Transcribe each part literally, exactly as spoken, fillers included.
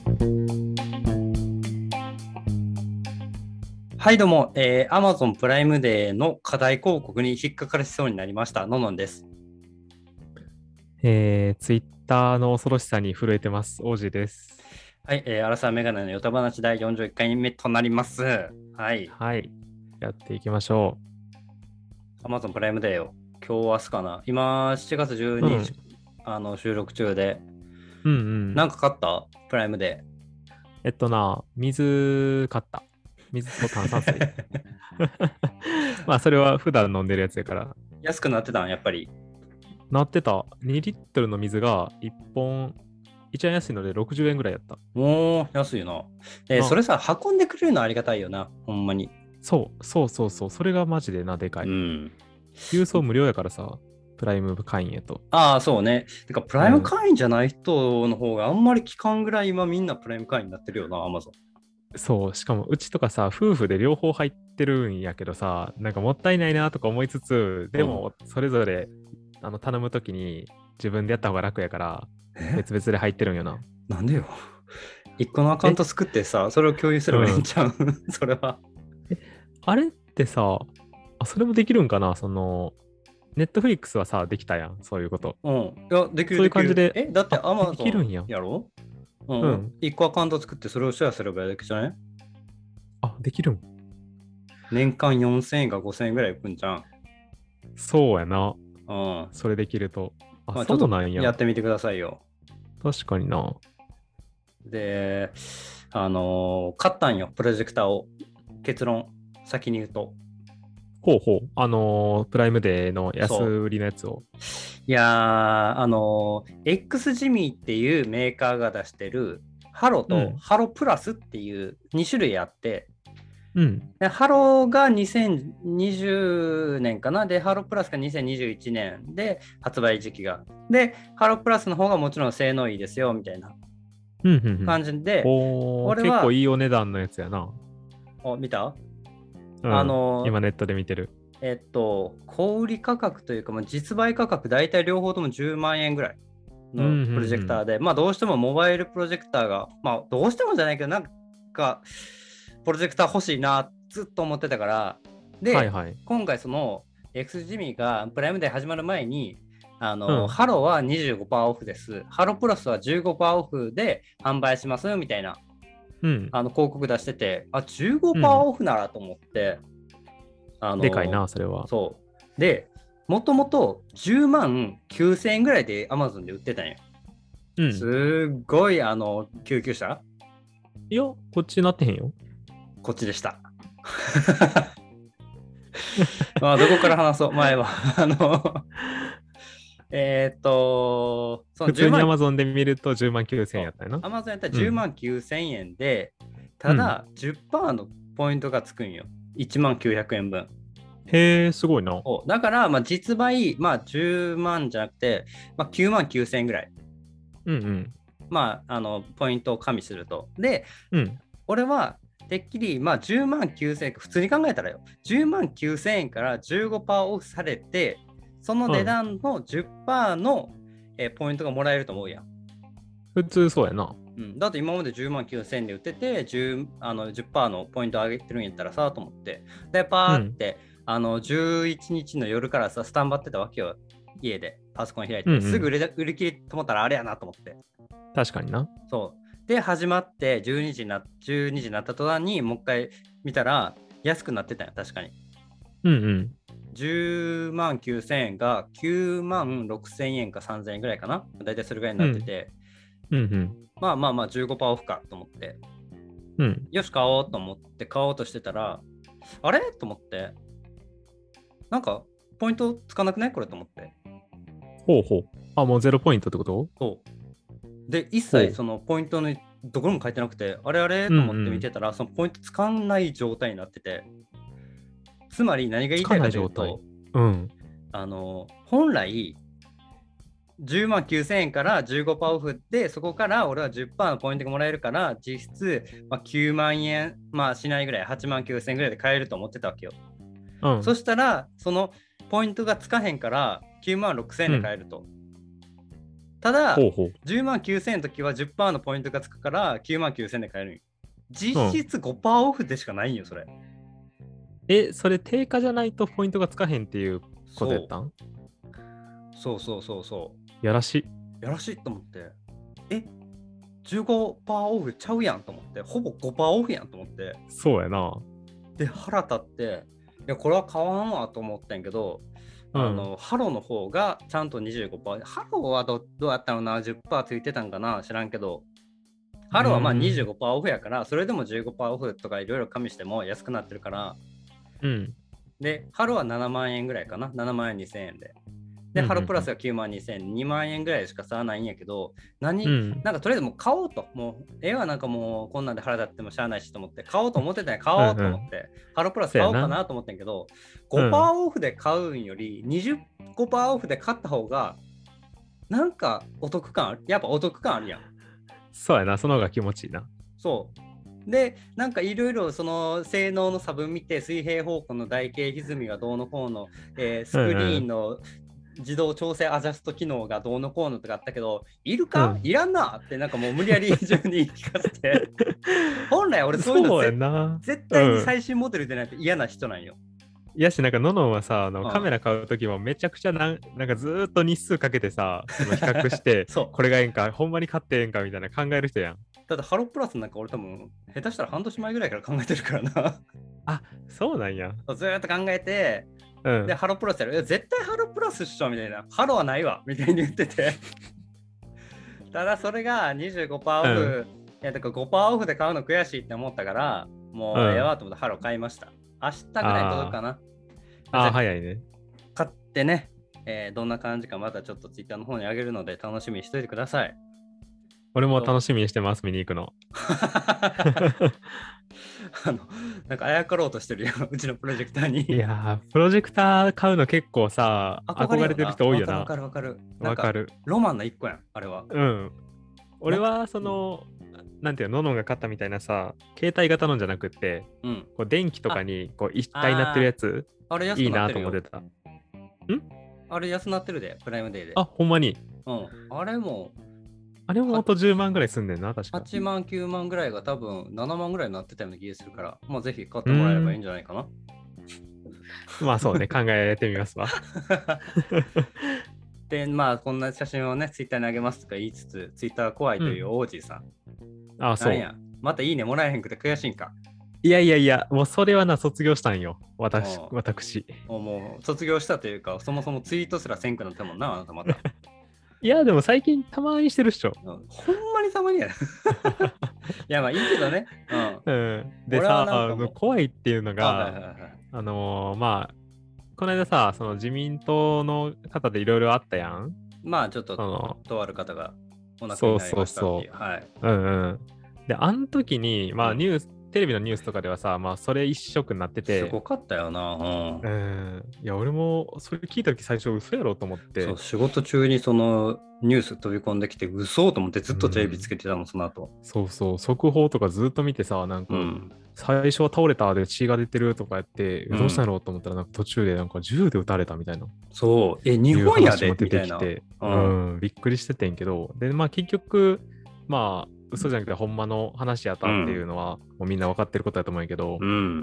はいどうも、えー、Amazon プライムデーの課題広告に引っかかりそうになりましたののんです。 えー、ツイッターの恐ろしさに震えてます。王子です。 はい、えー、アラサーメガネのヨタ話だいよんじゅういっかいめとなります。はい、 はい。やっていきましょ Amazon プライムデーよ。今日明日かな。今しちがつ12 う。う日、 ん。 あの収録中で。 うんうん。 なんか買ったプライムデえっとな、水買った。水と炭酸水。 ー。 まあ、それは普段飲んでるやつやから。 安くなってたんやっぱり。 なってた。にリットルの水がいっぽん、一番安いのでろくじゅうえんぐらいやった。 もう安いな。えー、そな、 れさ、運んでくれるのありがたいよな。ほんまに。 そう、そうそうそう。それがマジでな、でかい。 うん。 郵送無料やからさ、プライム会員やと。 ああ、そうね。てか、プライムうん。 会員じゃない人の方があんまり期間ぐらい今みんなプライム会員になってるよな、アマゾン。 そう、しかもうちとかさ、夫婦で両方入ってるんやけどさ、なんかもったいないなとか思いつつ、 うん。 でもそれぞれあの頼むときに自分でやった方が楽やから、 え別々で入ってるんよな。 なんでよ。一個のアカウンえト作ってさ、それを共有すればいいんうん。 ちゃう？それは。 え、あれってさ、あ、それもできるんかなその、ネットフリックスはさ、できたやん、そういうこと。 うん。いや、できるそういできる。 う感じで、 え、だってあ、 アマでゾンきるんや。 やろ？うん。 うん。 一個アカウント作ってそれをシェアすればいいだけじゃない？ あ、できるん。 年間よんせんえんかごせんえんぐらいいくんじゃん。 そうやな。 うん。 それできると。あ、 まあちょっとそうなんや。 やってみてくださいよ。 確かにな。 で、あのー買ったんよ、プロジェクターを。結論、先に言うと。 ほうほう。あのープライムデーの安そう。 売りのやつを。 いやー、あのー、X ジミーっていうメーカーが出してるハロとうん。 ハロプラスっていうに種類あって、 うん。 でハロがにせんにじゅうねんかな。で、ハロプラスがにせんにじゅういちねんで発売時期が。で、ハロプラスの方がもちろん性能いいですよ、みたいなうん、うん、うん。 感じで、 おー、結構俺は、 いいお値段のやつやな。 お、見た？あうん。 のー、 今ネットで見てる。 えっと、小売価格というか、まあ、実売価格、大体両方ともじゅうまん円ぐらいうん、うん、 のプロジェクターで、まあ、どうしてもモバイルプロジェクターが、まあ、どうしてもじゃないけど、なんか、プロジェクター欲しいな、ずっと思ってたから、 うん。はいで、 はい。 今回、その、X ジミーがプライムデー始まる前に、あの、 うん。 ハロはにじゅうごパーセントオフです。ハロプラスはじゅうごパーセントオフで販売しますみたいなうん。 あの広告出してて、あ、 うん。 じゅうごパーセントオフならと思って、あの、 でかいな、それは。 そう。で、もともとじゅうまんきゅうせんえんぐらいで Amazon で売ってたんよ。 うん。 すっごい、あの、救急車いや、こっちなってへんよ。 こっちでした。まあ、どこから話そう、前は。あの、えーっと、その10 普通に万、 Amazon で見るとじゅうまんきゅうせんやそう、 ったよな。 Amazon やったら10 うん。 万きゅうせんえんで、 うん。 ただじゅっパーセントのポイントがつくんよ。いちまんきゅうひゃくえんぶん。 へえ、すごいな。 そうだから、まあ、実売、まあ、じゅうまんじゃなくて、まあ、きゅうまんきゅうせんえんぐらい。 うんうん。 まあ、あの、ポイントを加味すると。で、 うん。 俺は、てっきり、まあ、じゅうまんきゅうせんえん、普通に考えたらよ、じゅうまんきゅうせんえんからじゅうごパーセントオフされて、その値うん。 段のじゅっパーセントの、えーポイントがもらえると思うやん。 普通そうやな。 うん、だって今までじゅうまんきゅうせんえんで売ってて、じゅうあのじゅっパーセントのポイント上げてるんやったらさ、と思って。で、パうん。 ーってあのじゅういちにちの夜からさ、スタンバってたわけよ。家でパソコン開いて。すぐうんうん。 売れ売り切りと思ったらあれやなと思って。 確かにな。 そう。で、始まってじゅうにじになじゅうにじになった途端にもう一回見たら安くなってたよ、確かに。 うんうん。 じゅうまんきゅうせんえんがきゅうまんろくせんえんかさんぜんえんぐらいかな。だいたいそれぐらいにうん。 なってて、 うんうん。 まあまあまあじゅうごパーセントオフかと思って。 うん。 よし、買おうと思って買おうとしてたら、あれと思って、なんか、ポイントつかなくないこれと思って。 ほうほう。あ、もうゼロポイントってこと？ そう。で、一ほう。 切そのポイントのどこにも書いてなくて、あれあれうんうと思って見てん。 たら、そのポイントつかんない状態になってて、つまり何が言つかないたいかい状態。 というと、 うん。 あの、本来、じゅうまんきゅうせんえんからじゅうごパーセントオフで、そこから俺はじゅっパーセントのポイントがもらえるから、実質、まあ、きゅうまん円、まあしないぐらい、はちまんきゅうせんえんぐらいで買えると思ってたわけよ。そうん。 したら、そのポイントがつかへんからきゅうまんろくせんえんうん。 で買えると。 ただ、 ほうほう。 じゅうまんきゅうせんえんの時は じゅっパーセント のポイントがつくからきゅうまんきゅうせんえんで買えるんよ。実質 ごパーセント オフでしかないんよ、それ。 え、それ定価じゃないとポイントがつかへんっていうことやそったん？ そうそうそうそやらしい。 う。やらしいと思って。え じゅうごパーセント オフちゃうやんと思って。ほぼ ごパーセント オフやんと思って。 そうやな。 で、腹立って、いや、これは買わんわと思ってんけど、 うんあの、ハロの方がちゃんと にじゅうごパーセント。ハロはどどうやったのな ?じゅっパーセント ついてたんかな知らんけど。ハロはまあ にじゅうごパーセント オフやから、それでも じゅうごパーセント オフとかいろいろ加味しても安くなってるから、 うん。 で、ハロはななまんえんぐらいかな ?ななまんにせんえんで。で、ハロプラスがきゅうまんにせんえん、にまん円ぐらいしか差はないんやけど、何、 うん、 なんかとりあえずもう買おうと。もう、絵はなんかもうこんなんで腹立ってもしゃあないしと思って、買おうと思ってたんや、買おうと思って、うんうん、ハロプラス買おうかなと思ってんけど、ごパーセントオフで買うんより、にじゅうごパーセントオフで買った方が、なんかお得感ある。やっぱお得感あるやん。 そうやな、その方が気持ちいいな。 そう。で、なんかいろいろその性能の差分見て、水平方向の台形歪みがどうのこうの、えー、スクリーンの自動調整アジャスト機能がどうのこうのとかあったけど、いるか、うん、いらんなってなんかもう無理やり順に言い聞かせて、本来俺そういうのぜな絶対に最新モデルでないと嫌な人なんよ。 いやし、なんかののんはさ、あの、うん、カメラ買うときもめちゃくちゃなんなんかずーっと日数かけてさ、その比較してこれがええんかほんまに買ってええんかみたいな考える人やん。 だってハロープラスなんか俺多分下手したら半年前ぐらいから考えてるからな。 あ、そうなんや。 ずーっと考えて、うん、でハロープラスやる。絶対ハロープラスっしょみたいな。ハローはないわみたいに言ってて。ただそれが にじゅうごパーセント オフ、うん、いやだから ごパーセント オフで買うの悔しいって思ったから、もうええわと思ってハロー買いました。明日ぐらいに届くかな。 ああ、早いね。 買ってね、えー、どんな感じかまたちょっとツイッターの方にあげるので楽しみにしておいてください。 俺も楽しみにしてます、見に行くの。 あのなんかあやかろうとしてるよ、うちのプロジェクターに。 いやー、プロジェクター買うの結構さ、憧れてる人多いよな。 わかるわかるわかる。 ロマンの一個やん、あれは。 うん。俺はその、なんていうの、ののが買ったみたいなさ、携帯型のじゃなくて、うん、こう電気とかにこう一体になってるやつ、 あれ安いいなくなってるよと思ってた。んあれ安なってるで、プライムデーで。 あ、ほんまに。 うん。あれも、 あれもあとじゅうまんぐらいすんねんな、確か。 はちまん、きゅうまんぐらいが多分ななまんぐらいになってたような気がするから、まあぜひ買ってもらえればいいんじゃないかな。 まあそうね、考えてみますわ。 で、まあこんな写真をね、ツイッターにあげますとか言いつつ、ツイッター怖いという王子さん。 うん、ああ、そう。 なんや、またいいねもらえへんくて悔しいんか。 いやいやいや、もうそれはな、卒業したんよ、私。私もう卒業したというか、そもそもツイートすらせんくなったもんな、あなたまた。 いや、でも最近たまにしてるっしょ。 ほんまにたまにや。いや、まあいいけどね。 うん。うん、でさ、あの怖いっていうのが、 はいはいはい、 あのー、まあ、この間さ、その自民党の方でいろいろあったやん。 まあちょっと、とある方がお亡くなりになりましたっていう。 そうそうそう。はい。うんうん。で、あの時に、まあニュース、うんテレビのニュースとかではさ、まあそれ一色になってて。 すごかったよな。うん。 うんいや、俺もそれ聞いた時最初嘘やろうと思って。 そう、仕事中にそのニュース飛び込んできて嘘と思ってずっとテレビつけてたもん、その後。 そうそう、速報とかずっと見てさ、なんか、うん、最初は倒れたで血が出てるとかやって、うん、どうしたのと思ったら、なんか途中でなんか銃で撃たれたみたいな。 そう、え、日本やで出てきて、うん、うん、びっくりしててんけど、で、まあ結局、まあ、嘘じゃなくてほんまの話やったっていうのは、うん、もうみんな分かってることだと思うんやけど、 うん、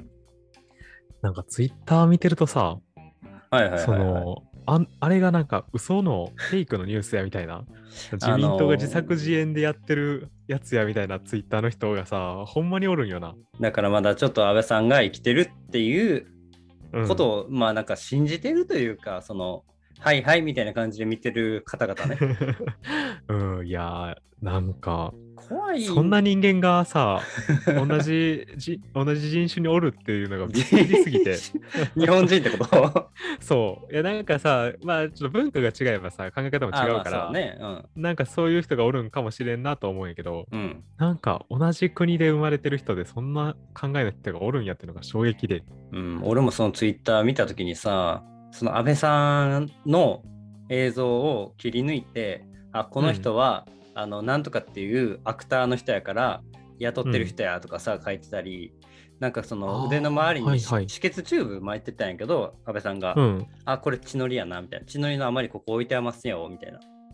なんかツイッター見てるとさ、 はいはいはいはい、 その あ, あれがなんか嘘のフェイクのニュースやみたいな、自民党が自作自演でやってるやつやみたいなツイッターの人がさ、ほんまにおるんよな。 だからまだちょっと安倍さんが生きてるっていうことを、うん、まあなんか信じてるというか、そのはいはいみたいな感じで見てる方々ね。 うん、いやーなんか怖い。 そんな人間がさ同じじ同じ人種におるっていうのがびっくりすぎて日本人ってことそういやなんかさまあちょっと文化が違えばさ考え方も違うから、 ねうん、 なんかそういう人がおるんかもしれんなと思うんやけど、 うん、 なんか同じ国で生まれてる人でそんな考えの人がおるんやっていうのが衝撃で、 うん、俺もそのツイッター見た時にさその安倍さんの映像を切り抜いてあこの人は、うんあのなんとかっていうアクターの人やから雇ってる人やとかさ、うん、書いてたりなんかその腕の周りに、はいはい、止血チューブ巻いてたんやけど安倍さんが、うん、あこれ血のりやなみたいな血のりのあまりここ置いてますよみたいな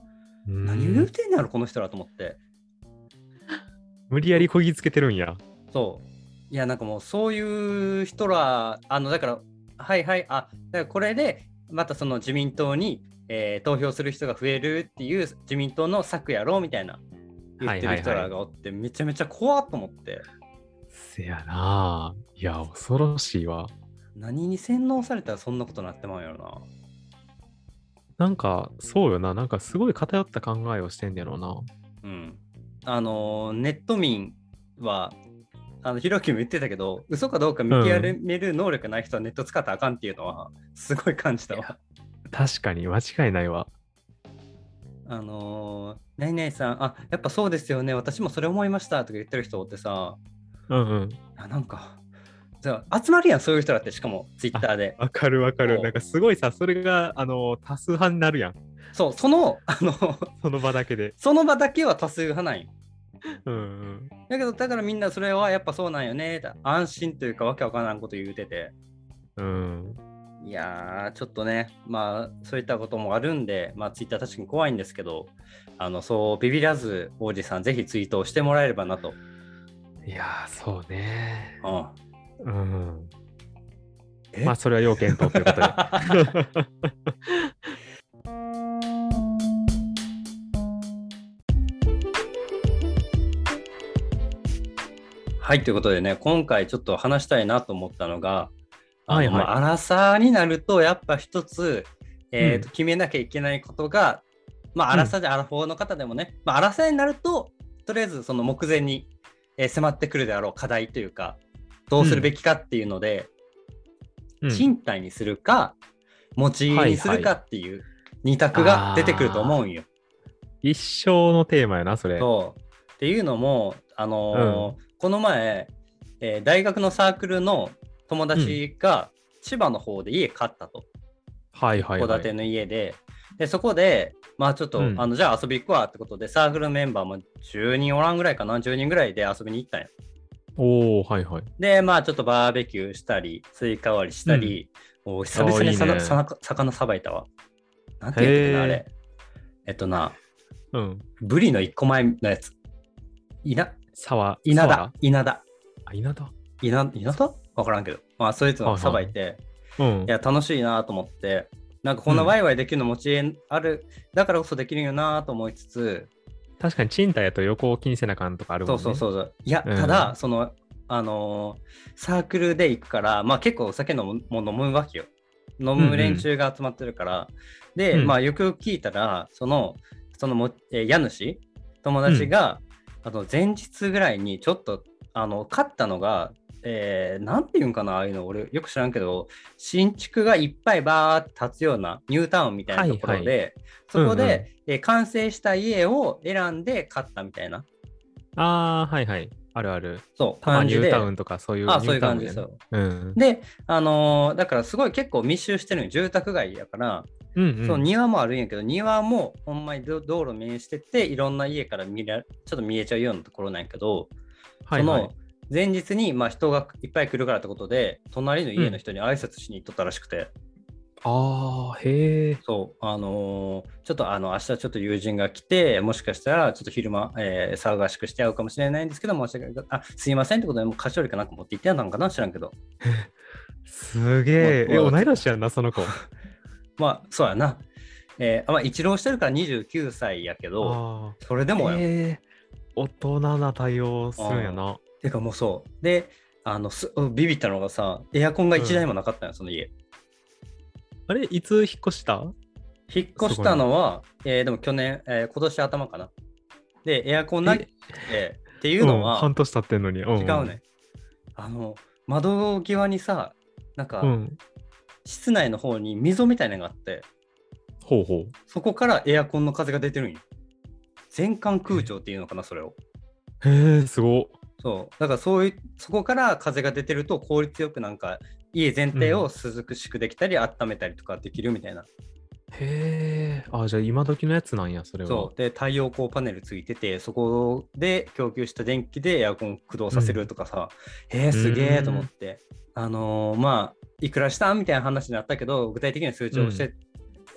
何を言うてんねやろこの人らと思って。 無理やりこぎつけてるんや。 そういやなんかもうそういう人らあのだからはいはいあだからこれでまたその自民党に、えー、投票する人が増えるっていう自民党の策やろうみたいな言ってる人らがおって、はいはいはい、めちゃめちゃ怖っと思って。 せやな。いや恐ろしいわ。 何に洗脳されたらそんなことなってまうんやろな。 なんかそうよな。なんかすごい偏った考えをしてんやろうな。 うん。あのネット民はあのひろきも言ってたけど、嘘かどうか見極める能力ない人はネット使ったらあかんっていうのはすごい感じたわ。 確かに間違いないわ。 あのー、何々さん、あ、やっぱそうですよね、私もそれ思いましたとか言ってる人ってさ、 うんうん。 あなんか、じゃあ集まるやん、そういう人だって、しかもツイッターで。 わかるわかる。なんかすごいさ、それがあの多数派になるやん。 そう、その、あのその場だけで。 その場だけは多数派なんよ。 うんうん、 だけどだからみんなそれはやっぱそうなんよね安心というかわけわからんこと言うてて、 うん、 いやーちょっとねまあそういったこともあるんでまあツイッター確かに怖いんですけど、あのそうビビらず王子さんぜひツイートをしてもらえればなと。 いやそうね、 うん、うん、 まあそれは要検討ということではいということでね今回ちょっと話したいなと思ったのが、あの、はいはい、まあ、アラサーになるとやっぱ一つ、えーとうん、決めなきゃいけないことが、まあ、アラサーでアラフォーの方でもね、うんまあ、アラサーになるととりあえずその目前に、えー、迫ってくるであろう課題というかどうするべきかっていうので、うん、賃貸にするか持ち家にするかっていう二択が出てくると思うんよ。 一生のテーマやなそれ。 そうっていうのもあのーうん、この前、えー、大学のサークルの友達が千葉の方で家買ったと、 はいはいはい、 戸建ての家で、でそこでまあちょっと、うん、あのじゃあ遊び行くわってことでサークルメンバーもじゅうにんおらんぐらいかなじゅうにんぐらいで遊びに行ったんや。 おーはいはい。 でまあちょっとバーベキューしたりスイカ割りしたり、うん、お久々にさいい、ね、魚さばいたわ。なんて言ってたっけなあれ。えっとな、うん、ブリのいっこまえのやつ。いな、 沢稲田。稲田。 あ、稲田稲稲田わからんけど。まあ、そういうのをさばいて、はいはいうん、いや、楽しいなと思って、なんかこんなワイワイできるの持ち家ある、うん、だからこそできるよなと思いつつ、 確かに賃貸やと横を気にせなあかんとかあるもんね。 そうそうそう。いや、うん、ただ、その、あのー、サークルで行くから、まあ結構お酒飲むも飲むわけよ。飲む連中が集まってるから。うんうん、で、まあよくよく聞いたら、その、そのも、えー、家主、友達が、うん、あの前日ぐらいにちょっと、あの、買ったのが、えー、なんていうんかな、ああいうの、俺よく知らんけど、新築がいっぱいバーって建つようなニュータウンみたいなところで、はいはい、そこで、うんうんえー、完成した家を選んで買ったみたいな。 ああ、はいはい。あるある。 そう、 多摩ニュータウンとかそういうニュータウン、ね。あ、そういう感じですよ。うん、 で、あのー、だからすごい結構密集してるの住宅街やから、うんうん、その庭もあるんやけど、庭もほんまに道路面してて、いろんな家から見れちょっと見えちゃうようなところなんやけど、はいはい、その前日にまあ人がいっぱい来るからってことで、隣の家の人に挨拶しに行っとったらしくて。 うん、ああ、へえ。 そう、あのー、ちょっとあの明日ちょっと友人が来て、もしかしたらちょっと昼間、えー、騒がしくして会うかもしれないんですけど、申し訳ないあすいませんってことで、もう菓子折りかなんか持って行ってたのかな、知らんけど。 すげえ、え、同い年やんな、その子。 まあ、そうやな。えー、まあ、一浪してるからにじゅうきゅうさいやけど、それでもや、 えー、大人な対応するんやな。 てかもうそう。で、あのすビビったのがさ、エアコンがいちだいもなかったのよ、うん、その家。 あれ、いつ引っ越した？ 引っ越したのは、えー、でも去年、えー、今年頭かな。で、エアコンなくて、っていうのは、 うん、半年経ってんのに。うんうん、 違うね。あの、窓際にさ、なんか、うん、室内の方に溝みたいなのがあって、 ほうほう、 そこからエアコンの風が出てるんよ。全館空調っていうのかな、それを。 へえ、すご。 そう。だからそういう、そこから風が出てると効率よくなんか、家全体を涼しくできたり、うん、温めたりとかできるみたいな。 へえ、あ、じゃあ今時のやつなんや、それは。 そう。で、太陽光パネルついてて、そこで供給した電気でエアコン駆動させるとかさ、うん、へえ、すげえと思って。あのー、まあ、いくらしたみたいな話になったけど、具体的な数値を教え、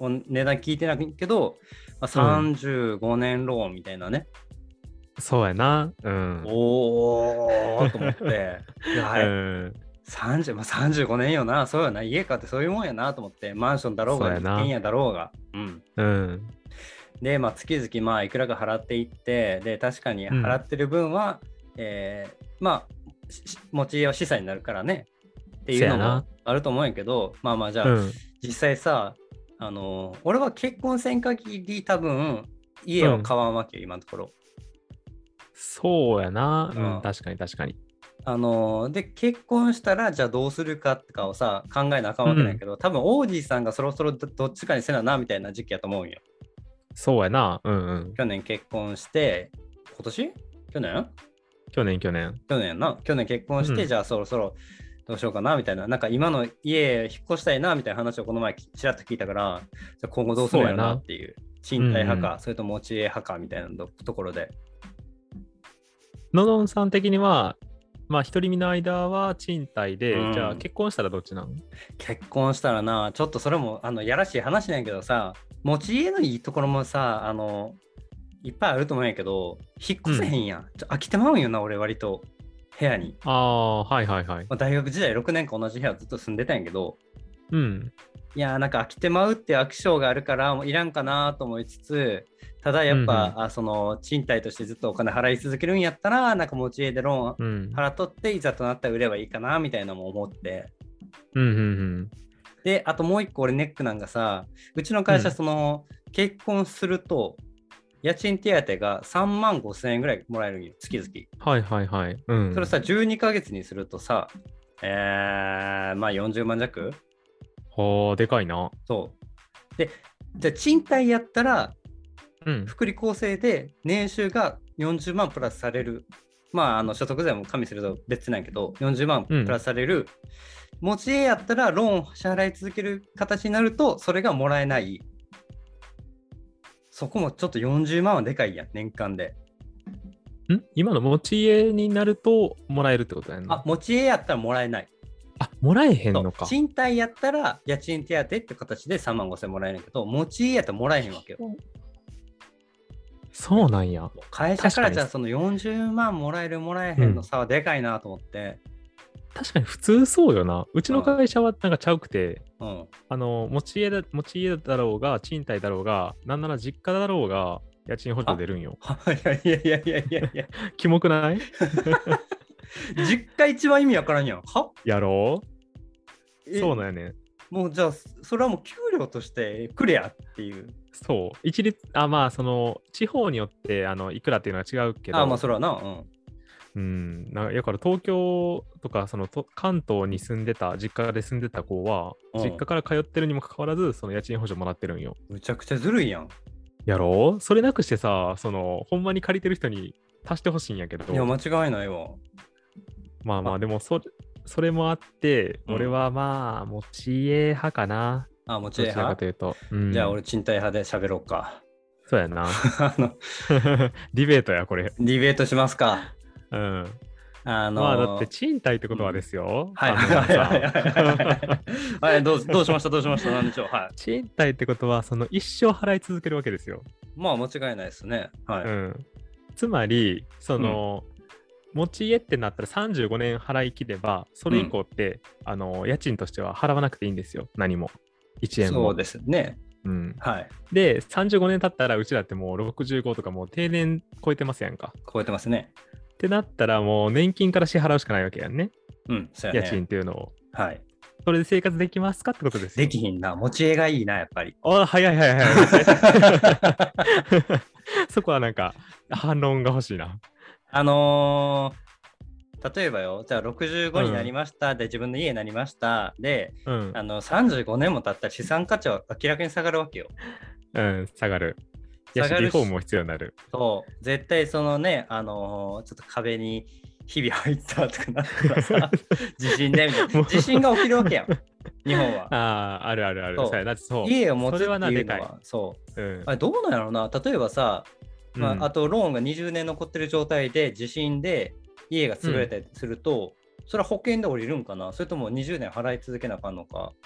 値段聞いてないけど、まあ、さんじゅうごねんローンみたいなね。 そうやな。うん。 おーと思って。いや、 うん。 さんじゅう、まあ、さんじゅうごねんよな。そうやな。家買ってそういうもんやなと思って。マンションだろうが、一軒家だろうが。うん。 うん。 で、まあ、月々、まあ、いくらか払っていって、で、確かに払ってる分は、うん、えー、まあ、持ち家は資産になるからね。っていうのもあると思うんやけど、まあまあ、じゃあ、うん、実際さ、あのー、俺は結婚せん限り多分、家は買わんわけよ、うん、今のところ。 そうやな。うん、確かに確かに。 あのー、で、結婚したら、じゃあどうするかとかをさ、考えなあかんわけないけど、うん、多分、オーディさんがそろそろどっちかにせなな、みたいな時期やと思うんよ。 そうやな。うんうん。 去年結婚して、今年去年去年、去年。 去年やな。去年結婚して、うん、じゃあそろそろどうしようかな、みたいな。なんか今の家引っ越したいな、みたいな話をこの前ちらっと聞いたから、じゃあ今後どうするんやろなっていう。賃貸派か、うんうん、それと持ち家派か、みたいなところで。 ののんさん的には、まあ、独り身の間は賃貸で、うん、じゃあ結婚したらどっちなの？ 結婚したらな、ちょっとそれもあのやらしい話なんやけどさ、持ち家のいいところもさ、あのいっぱいあると思うんやけど、引っ越せへんやん。うん、ちょ飽きてまうんよな、俺割と部屋に。 ああ、はいはいはい。 まあ、大学時代ろくねんかん同じ部屋ずっと住んでたんやけど、 うん。 いやーなんか飽きてまうっていう悪性があるからもういらんかなと思いつつ、ただやっぱ、うんうん、あその賃貸としてずっとお金払い続けるんやったらなんか持ち家でローン払っとって、うん、いざとなったら売ればいいかなみたいなのも思って、 うんうんうん、 であともう一個俺ネックなんかさ、うちの会社その、うん、結婚すると家賃手当がさんまんごせんえんぐらいもらえるんよ月々。 はいはいはい、うん、 それさじゅうにかげつにするとさ、えー、まあよんじゅうまん弱。 はあ、でかいな。 そうで、じゃあ賃貸やったら、 うん、 福利厚生で年収がよんじゅうまんプラスされる、まああの所得税も加味すると別なんやけどよんじゅうまんプラスされる、うん、持ち家やったらローンを支払い続ける形になるとそれがもらえない。そこもちょっとよんじゅうまんはでかいやん年間で。 ん今の持ち家になるともらえるってことだよね。 あ、持ち家やったらもらえない。 あ、もらえへんのか。 賃貸やったら家賃手当って形でさんまんごせんもらえるけど、持ち家やったらもらえへんわけよ。 そうなんや。 会社からじゃあそのよんじゅうまんもらえるもらえへんの差はでかいなと思って。 うん、確かに普通そうよな。うちの会社はなんかちゃうくて、うん、あの持ち家だ、持ち家だろうが賃貸だろうが、なんなら実家だろうが家賃補助出るんよ。 いやいやいやいやいやいや。 キモくない実家一番意味わからんやん。はやろうそうなんやね。 もうじゃあそれはもう給料としてくれやっていう。 そう一律、あまあその地方によってあのいくらっていうのは違うけど、 あまあそれはな、うんうん、なんかから東京とかそのと関東に住んでた実家で住んでた子は、うん、実家から通ってるにもかかわらずその家賃補助もらってるんよ。 むちゃくちゃずるいやん。 やろうそれなくしてさ、そのほんまに借りてる人に足してほしいんやけど。 いや間違いないわ。 まあまあでもそれそれもあって、うん、俺はまあ持ち家派かな。 あ、持ち家派どちらかというと、うん、 じゃあ俺賃貸派で喋ろうか。 そうやな。あのディベートやこれ。 ディベートしますか。 うん。 あのー、 まあだって賃貸ってことはですよ。 うん、はいはいはいはいはい。どうどうしましたどうしました何でしょう。はい。 賃貸ってことはその一生払い続けるわけですよ。 まあ間違いないですね。はい。 うん。つまりその、うん持ち家ってなったらさんじゅうごねん払い切れば、それ以降って、うん、あの家賃としては払わなくていいんですよ、何も。いちえんも。 そうですね。 うん。 はい。 で、さんじゅうごねん経ったら、うちだってもうろくじゅうごとかもう定年超えてますやんか。 超えてますね。 ってなったら、もう年金から支払うしかないわけやんね。 うん、そうやね。 家賃っていうのを。 はい。 それで生活できますかってことですよ。 できひんな。持ち家がいいな、やっぱり。 あ、早い早い早い。そこはなんか、反論が欲しいな。 あのー、例えばよ、じゃあろくじゅうごになりました、うん、で自分の家になりましたで、うん、あのさんじゅうごねんも経ったら資産価値は明らかに下がるわけよ。 うん、下がる。下がるし、リフォームも必要になる。 そう、絶対そのね、あのー、ちょっと壁にひび入ったとかなったらさ、地震でみたいな。地震が起きるわけやん、日本は。 ああ、あるあるある。そうそうそう家を持つっていうのは、そう。うん、あれどうなんやろうな、例えばさ、まあ、うん、あとローンがにじゅうねん残ってる状態で地震で家が潰れたりすると、うん、それは保険で降りるんかな、それともにじゅうねん払い続けなあかんのか、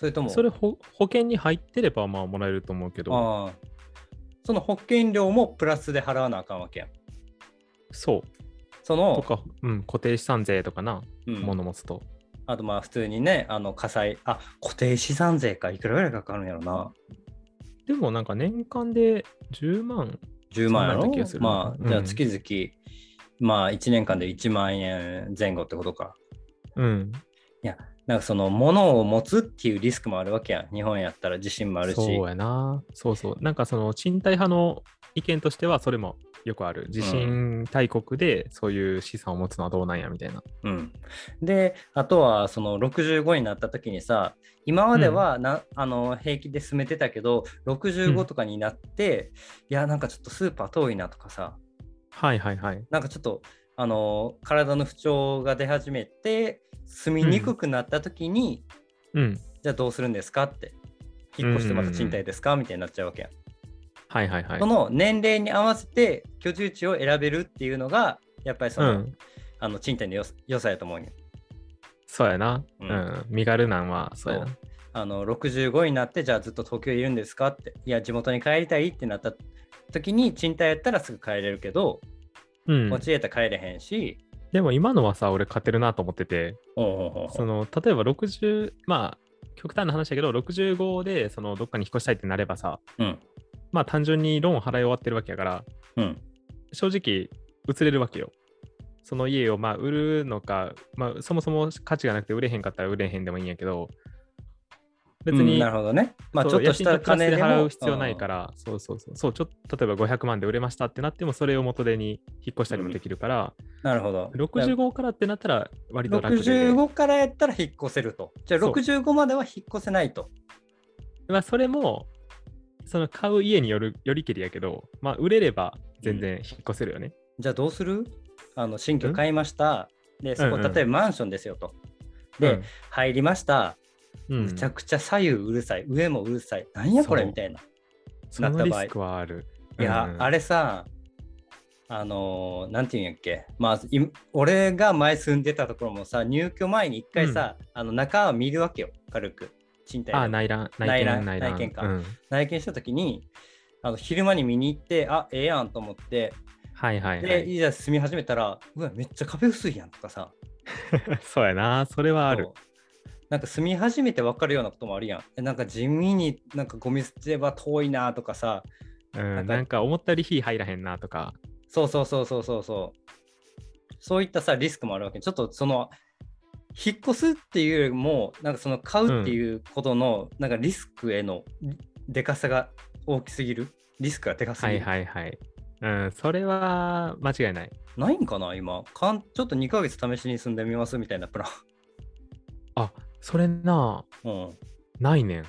それとも、 それ保険に入ってればまあもらえると思うけど。 ああ、その保険料もプラスで払わなあかんわけやん。 そう。 そのとか、うん、固定資産税とかな、 うん、 物持つと。 あとまあ普通にね、あの火災、あ、固定資産税か、いくらぐらいかかるんやろな。 でもなんか年間でじゅうまん。 じゅうまんやろ、まあ、 うん、 じゃあ月々、まあいちねんかんでいちまんえん前後ってことか。 うん。 いや、なんかその物を持つっていうリスクもあるわけやん。日本やったら地震もあるし。 そうやな。そうそう。なんかその賃貸派の意見としてはそれもよくある。地震大国でそういう資産を持つのはどうなんやみたいな。 うん。で、あとはそのろくじゅうごになった時にさ、今まではな、うん、あの平気で住めてたけど、ろくじゅうごとかになって、うん、いや、なんかちょっとスーパー遠いなとかさ。 はいはいはい。 なんかちょっとあの体の不調が出始めて住みにくくなった時に、 うん、 じゃあどうするんですかって、引っ越してまた賃貸ですか、みたいになっちゃうわけやん。 はいはいはい。 その年齢に合わせて居住地を選べるっていうのがやっぱりその、うん、あの賃貸のよ良さやと思うんよ。 そうやな。うん。うん、身軽なんはそうやな。 あのろくじゅうごになってじゃあずっと東京にいるんですかって、いや地元に帰りたいってなった時に賃貸やったらすぐ帰れるけど、うん、持ち家やったら帰れへんし。 でも今のはさ、俺勝てるなと思ってて、 おうおうおう、 その例えばろくじゅう、まあ極端な話だけどろくじゅうごでそのどっかに引っ越したいってなればさ、うん、まあ単純にローン払い終わってるわけやから、うん、正直移れるわけよ。その家をまあ売るのか、まあそもそも価値がなくて売れへんかったら売れへんでもいいんやけど、別に、 うん、なるほどね。まあちょっとした金で払う必要ないから、そうそうそう、そうちょっと例えばごひゃくまんで売れましたってなっても、それを元手に引っ越したりもできるから、うん、 なるほど。 ろくじゅうごからってなったら割と楽で。 ろくじゅうごからやったら引っ越せると。じゃあろくじゅうごまでは引っ越せないと。 まあそれもその買う家によるよりけりやけど、まあ売れれば全然引っ越せるよね。 うん、じゃあどうする？あの新居買いました。でそこ、うんうん、例えばマンションですよと。で、うん、入りました。むちゃくちゃ左右うるさい、上もうるさい、なんやこれみたいな。 そのリスクはある。 いや、うん、あれさ、あのー、なんていうんやっけ、まあ、俺が前住んでたところもさ、入居前に一回さ、うん、あの中を見るわけよ、軽く。賃貸で。 あ、内覧、内見、内覧。 内見か。うん、内見したときに、あの昼間に見に行って、あ、ええやんと思って、 はいはいはい。 で、いざ住み始めたら、うわ、めっちゃ壁薄いやんとかさ。 そうやな、それはある。 なんか住み始めて分かるようなこともあるやん。なんか地味になんかゴミ捨て場遠いなとかさ、 うん、なんか、なんか思ったより火入らへんなとか。 そうそうそうそうそうそう。そういったさリスクもあるわけ。ちょっとその引っ越すっていうよりもなんかその買うっていうことの、うん、なんかリスクへのでかさが大きすぎる。リスクがでかすぎる。 はいはいはい。うん、それは間違いない。 ないんかな今かん。ちょっとにかげつ試しに住んでみますみたいなプラン。 あ、それな、うん、ないねん。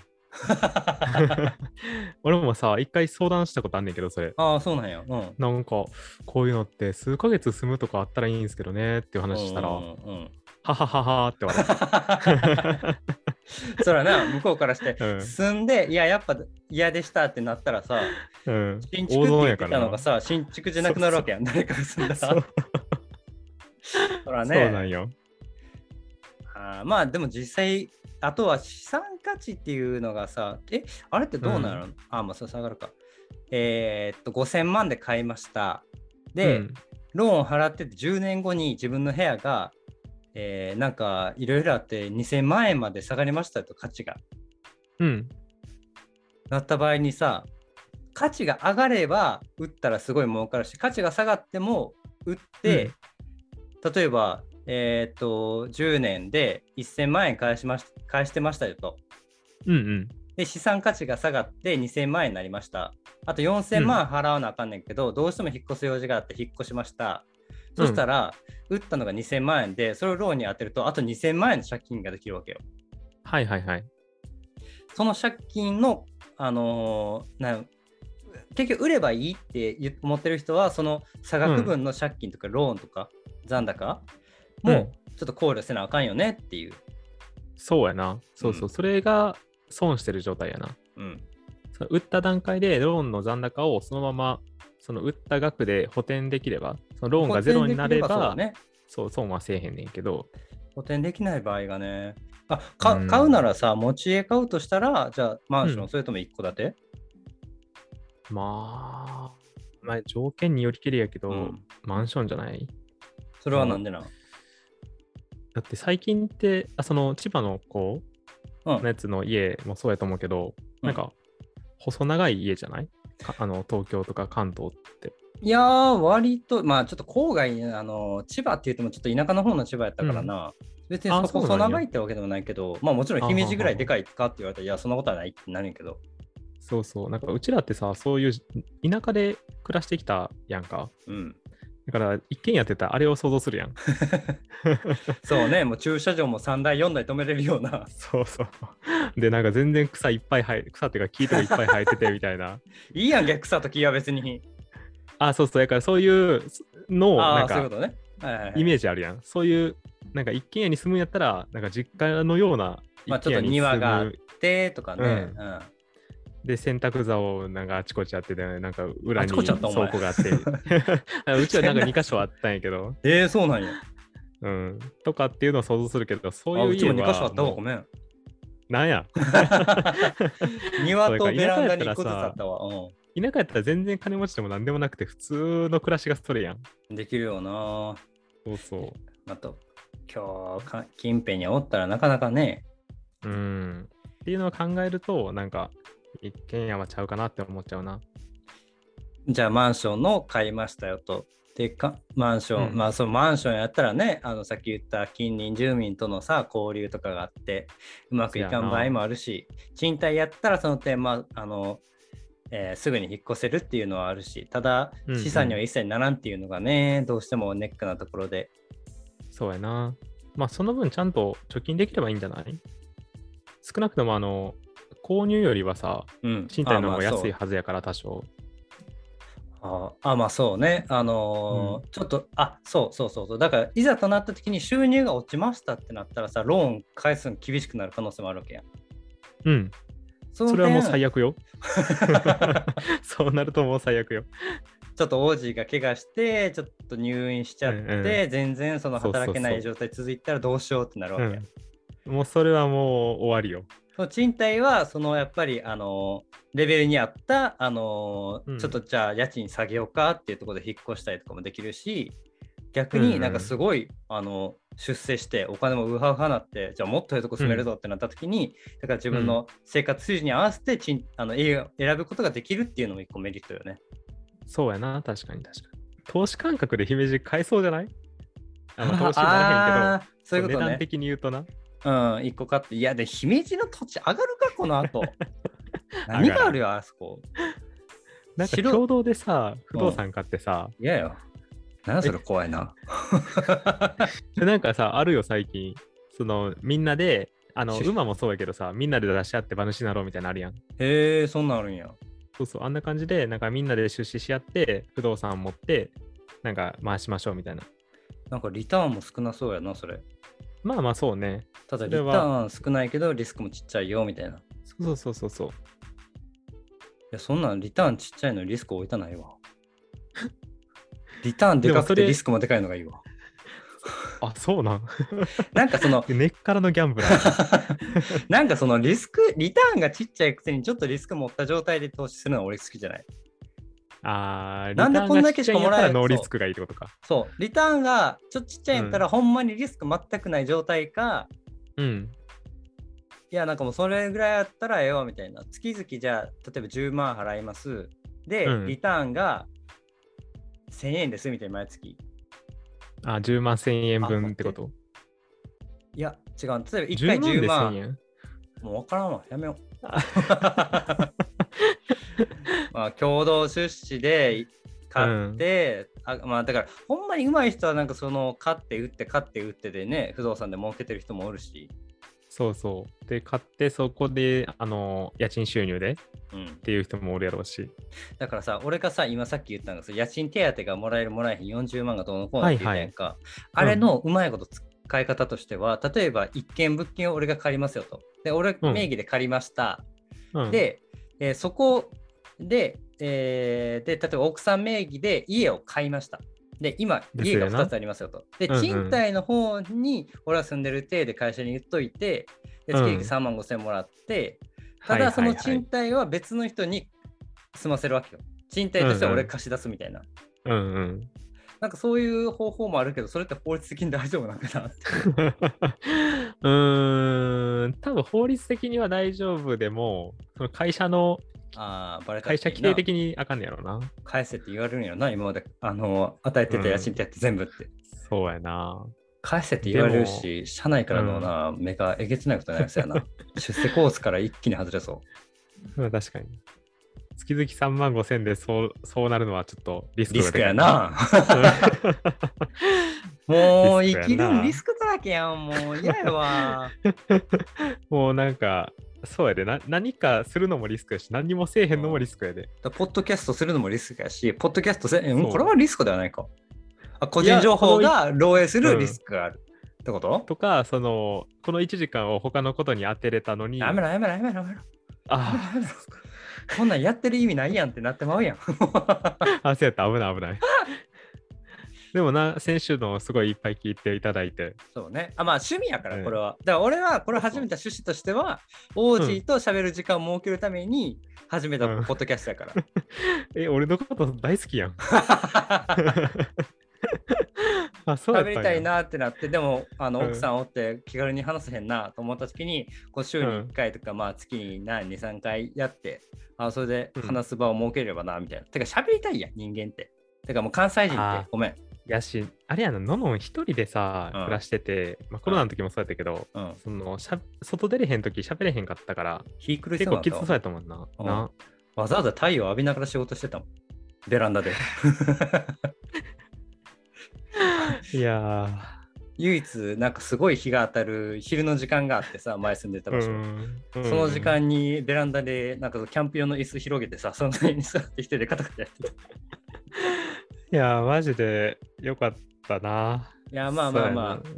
俺もさ、一回相談したことあんねんけど、それ。 ああ、そうなんや。うん、 なんか、こういうのって数ヶ月住むとかあったらいいんですけどねっていう話したら、うんうんうん、ははははって笑った。 そらな、向こうからして、うん、住んで、いや、やっぱ嫌でしたってなったらさ、うん、新築って言ってたのがさ、新築じゃなくなるわけやん。誰かが住んだら。そ, そらね。 そうなんよ。 あまあでも実際あとは資産価値っていうのがさ、えあれってどうなるの、うん、あまあそれ下がるか。えー、っとごせんまんで買いました。で、うん、ローンを払っててじゅうねんごに自分の部屋が、えー、なんかいろいろあってにせんまんえんまで下がりましたと価値が。うん。なった場合にさ、価値が上がれば売ったらすごい儲かるし、価値が下がっても売って、うん、例えばえー、っとじゅうねんでせんまんえん返しまし返してましたよと、うんうん、で資産価値が下がってにせんまんえんになりました。あとよんせんまん払わなあかんねんけど、うん、どうしても引っ越す用事があって引っ越しました、うん、そしたら売ったのがにせんまんえんでそれをローンに当てるとあとにせんまんえんの借金ができるわけよ。 はいはいはい。 その借金のあのー、な結局売ればいいって思ってる人はその差額分の借金とかローンとか残高、うん、もうちょっと考慮せなあかんよねっていう。 そうやな。そうそう。うん、それが損してる状態やな。うん。その売った段階でローンの残高をそのままその売った額で補填できれば、そのローンがゼロになれば、そう、ね、そう損はせえへんねんけど、 補填できない場合がね。あ、か、うん、買うならさ、持ち家買うとしたら、じゃあマンション、うん、それとも一戸建て？ まあ、まあ、条件によりきりやけど、うん、マンションじゃない？ それはなんでな？ だって最近って、あその千葉の子のやつの家もそうやと思うけど、うん、なんか細長い家じゃない？あの東京とか関東って。 いやー、割と、まあちょっと郊外、あの千葉って言ってもちょっと田舎の方の千葉やったからな、うん、別にそこ細長いってわけでもないけど、まあもちろん姫路ぐらいでかいかって言われたら、いや、そんなことはないってなるんやけど。 そうそう、なんかうちらってさ、そういう田舎で暮らしてきたやんか。うん。だから一軒家ってたらあれを想像するやん。 そうね、もう駐車場もさんだいよんだい止めれるような。 そうそう。で、なんか全然草いっぱい生え、草っていうか木とかいっぱい生えててみたいな。 いいやんけ、草と木は別に。 あ、そうそう、だからそういうのをなんか、 そういうことね。 はいはいはい、イメージあるやん。そういうなんか一軒家に住むんやったら、なんか実家のような一軒家に住む。まあちょっと庭があってとかね。うんうんで、洗濯座をなんかあちこちあってて、ね、なんか裏に倉庫があって。うちはなんかにか所あったんやけど。 えー、そうなんや。 うん。とかっていうのを想像するけど、そういう家は。 うちもにか所あったわ、ごめん。 なんや。 庭とベランダにいっこずつあったわ。うん。 田舎やったら全然金持ちでもなんでもなくて、普通の暮らしがそれやん。 できるよな。 そうそう。 あと、今日、近辺におったらなかなかね。 うん。っていうのを考えると、なんか、一軒家はちゃうかなって思っちゃうな。 じゃあマンションの買いましたよと。でかマンション、うん、まあそのマンションやったらね、あのさっき言った近隣住民とのさ交流とかがあってうまくいかん場合もあるし、賃貸やったらその点、まああのえー、すぐに引っ越せるっていうのはあるし、ただ資産には一切ならんっていうのがね、うんうん、どうしてもネックなところで。 そうやな。まあその分ちゃんと貯金できればいいんじゃない？少なくともあの購入よりはさ、うん、賃貸の方が安いはずやから多少。 ああ、まあそうね。あのーうん、ちょっと、あ、そうそうそうそう。だから、いざとなった時に収入が落ちましたってなったらさ、ローン返すの厳しくなる可能性もあるわけやん。 うん。そ, それはもう最悪よ。そうなるともう最悪よ。 ちょっと王子が怪我して、ちょっと入院しちゃって、うんうん、全然その働けない状態続いたらどうしようってなるわけやん。 うん、もうそれはもう終わりよ。 賃貸はそのやっぱりあのレベルに合ったあの、うん、ちょっとじゃあ家賃下げようかっていうところで引っ越したりとかもできるし、逆になんかすごい、うんうん、あの出世してお金もウハウハなって、じゃあもっといいとこ住めるぞってなった時に、うん、だから自分の生活水準に合わせて賃あの選ぶことができるっていうのも一個メリットよね。 そうやな、確かに確かに。投資感覚で姫路買えそうじゃない？あの投資にならへんけど、そういうことね、値段的に言うとな。 うん、一個買って、いやで姫路の土地上がるかこの後。何があるよあそこ。 なんか共同でさ不動産買ってさ。 いやよ。何それ怖いな。 なんかさあるよ最近。そのみんなであの馬もそうやけどさ、みんなで出し合って馬主になろうみたいなのあるやん。 へえ、そんなんあるんや。 そうそう、あんな感じでなんかみんなで出資し合って不動産を持ってなんか回しましょうみたいな。 なんかリターンも少なそうやなそれ。 まあまあそうね。 ただリターン少ないけどリスクもちっちゃいよみたいな。 そうそうそうそう。いやそんなんリターンちっちゃいのにリスク置いたないわ。リターンでかくてリスクもでかいのがいいわ。 あ、そうなん。 なんかその根っからのギャンブラー。 なんかそのリスクリターンがちっちゃいくせにちょっとリスク持った状態で投資するのは俺好きじゃない。 あー、 なんでこんだけしかもらえるノーリスクがいいってことか。 そう、リターンがちょっとちっちゃいんやったら、うん、ほんまにリスク全くない状態か、 うん。 いや、なんかもうそれぐらいやったらええわみたいな。月々じゃあ、例えばじゅうまん払います。で、うん、リターンがせんえんですみたいな毎月。 あ、じゅうまんせんえん分ってこと？ いや、違う。例えばいっかいじゅうまん。 じゅうまんでせんえん？ もう分からんわ。やめよう。まあ、共同出資で買って、うん、あまあだからほんまに上手い人はなんかその買って売って買って売ってでね、不動産で儲けてる人もおるし。 そうそう。で買ってそこであの家賃収入で、うん、っていう人もおるやろうし。 だからさ、俺がさ今さっき言ったのがさ、家賃手当がもらえるもらえへんよんじゅうまんがどうのこうのって言ったやんか、はいはい、あれのうまいこと使い方としては、うん、例えば一軒物件を俺が借りますよと。で俺名義で借りました。うん、で、えー、そこで、えー、で例えば奥さん名義で家を買いました。 で、今、家がふたつありますよと。で、賃貸の方に俺は住んでる体で会社に言っといて、で月々さんまんごせんもらって、うん、ただその賃貸は別の人に住ませるわけよ。賃貸としては俺貸し出すみたいな。 うんうん。 なんかそういう方法もあるけど、それって法律的に大丈夫なんかなって。 うーん、多分法律的には大丈夫でも、その会社のあバレた会社規定的にあかんねやろな。 返せって言われるんやろな、今まであの与えてた家賃ってやって全部って、うん。 そうやな。 返せって言われるし、社内からのな、うん、目がえげつないことになりますよな。出世コースから一気に外れそう。 うん、確かに。月々さんまんごせんでそう、そうなるのはちょっとリスクリスクやな。もう生きるリスクだらけやん。もう嫌やわ。 もうなんか、そうやでな、何かするのもリスクやし、何もせえへんのもリスクやで。 ポッドキャストするのもリスクやし、ポッドキャストせ、うん、これはリスクではないか。あ、個人情報が漏洩するリスクがある。ってこと、 とか、その、このいちじかんを他のことに当てれたのに。 やめろやめろやめろやめろ。 ああ。 こんなんやってる意味ないやんってなってまうやん。 あ、そうやった、危ない危ない。でもな、先週のすごいいっぱい聞いていただいて。 そうね。あ、まあ趣味やから、これは。だから俺はこれを始めた趣旨としては、オージーと喋る時間を設けるために始めたポッドキャストやから。うん、 え、俺のこと大好きやん。 あ、そうやったんや。喋りたいなってなって、でもあの奥さんおって気軽に話せへんなと思った時に、こう週にいっかいとか、まあ月に何にさんかいやって、あ、それで話す場を設ければなみたいな。てか喋りたいやん、人間って。てかもう関西人ってごめん。 やし、あれやな、ののん一人でさ、うん、暮らしてて、まあ、コロナの時もそうやったけど、うん、そのしゃ外出れへん時喋れへんかったから、 結構きつそうやったもんな。うん、なわざわざ太陽浴びながら仕事してたもん。ベランダで。 いやー。 唯一なんかすごい日が当たる昼の時間があってさ、前住んでた場所、うんうん、その時間にベランダでなんかキャンプ用の椅子広げてさ、その上に座って一人でカタカタやってた。 いやマジでよかったな。 いやまあまあまあ、うん、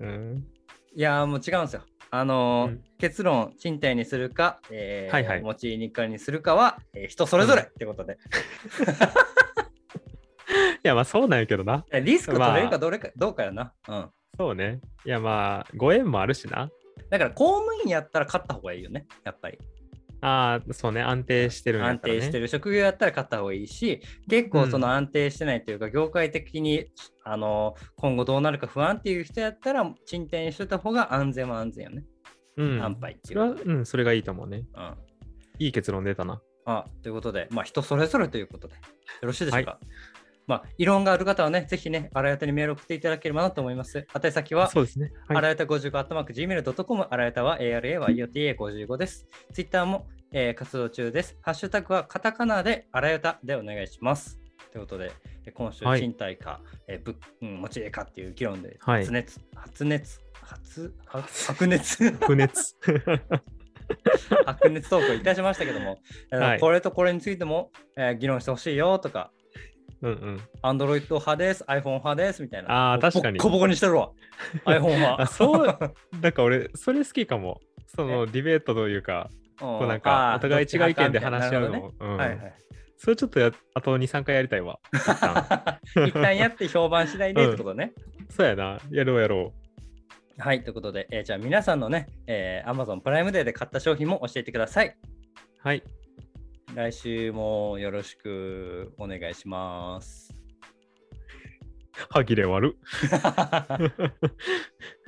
いやもう違うんですよ。あのーうん、結論賃貸にするか、えーはいはい、持ち家日課にするかは、えー、人それぞれってことで、うん、いやまあそうなんやけどな。 リスク取れるかどれか、まあ、どうかやな。うん。 そうね。いやまあご縁もあるしな。 だから公務員やったら買った方がいいよね、やっぱり。 ああ、そうね、安定してるんやったら、ね、 安定してる職業やったら買った方がいいし、結構その安定してないというか、うん、業界的にあの今後どうなるか不安っていう人やったら、賃貸にしといた方が安全は安全よね。 うん。安牌っていう。うん、それがいいと思うね。うん。いい結論出たな。 あ、ということで、まあ人それぞれということで、よろしいでしょうか。はい、まあ、異論がある方はね、ぜひね、あらやたにメールを送っていただければなと思います。宛先は、 そうですね。 あらやたごじゅうご、アットマーク、ジーメールドットコム、あらやたは エーアールエーワイオーティーエーごじゅうご です。ツイッターも、えー、活動中です。ハッシュタグはカタカナであらやたでお願いします。ということで、今週、賃貸か、はいえーぶうん、持ち家かっていう議論で、発熱、はい、発熱、発、白熱。 白熱。 白熱トークいたしましたけども、はい、これとこれについても、えー、議論してほしいよとか、 うんうん、 Android 派です、iPhone 派ですみたいな。 ああ、確かに。 ボコボコにしてるわ。iPhone 派。 あ、そう、なんか俺、それ好きかも。そのディベートというか、こうなんか、お互い違う意見で話し合うの。ねうんはいはい、それちょっとやあとに、さんかいやりたいわ。 一旦一旦やって評判次第でってことね、 うん。そうやな。やろうやろう。はい、ということで、えー、じゃあ皆さんのね、えー、Amazon プライムデーで買った商品も教えてください。 はい。 来週もよろしくお願いします。 歯切れ悪。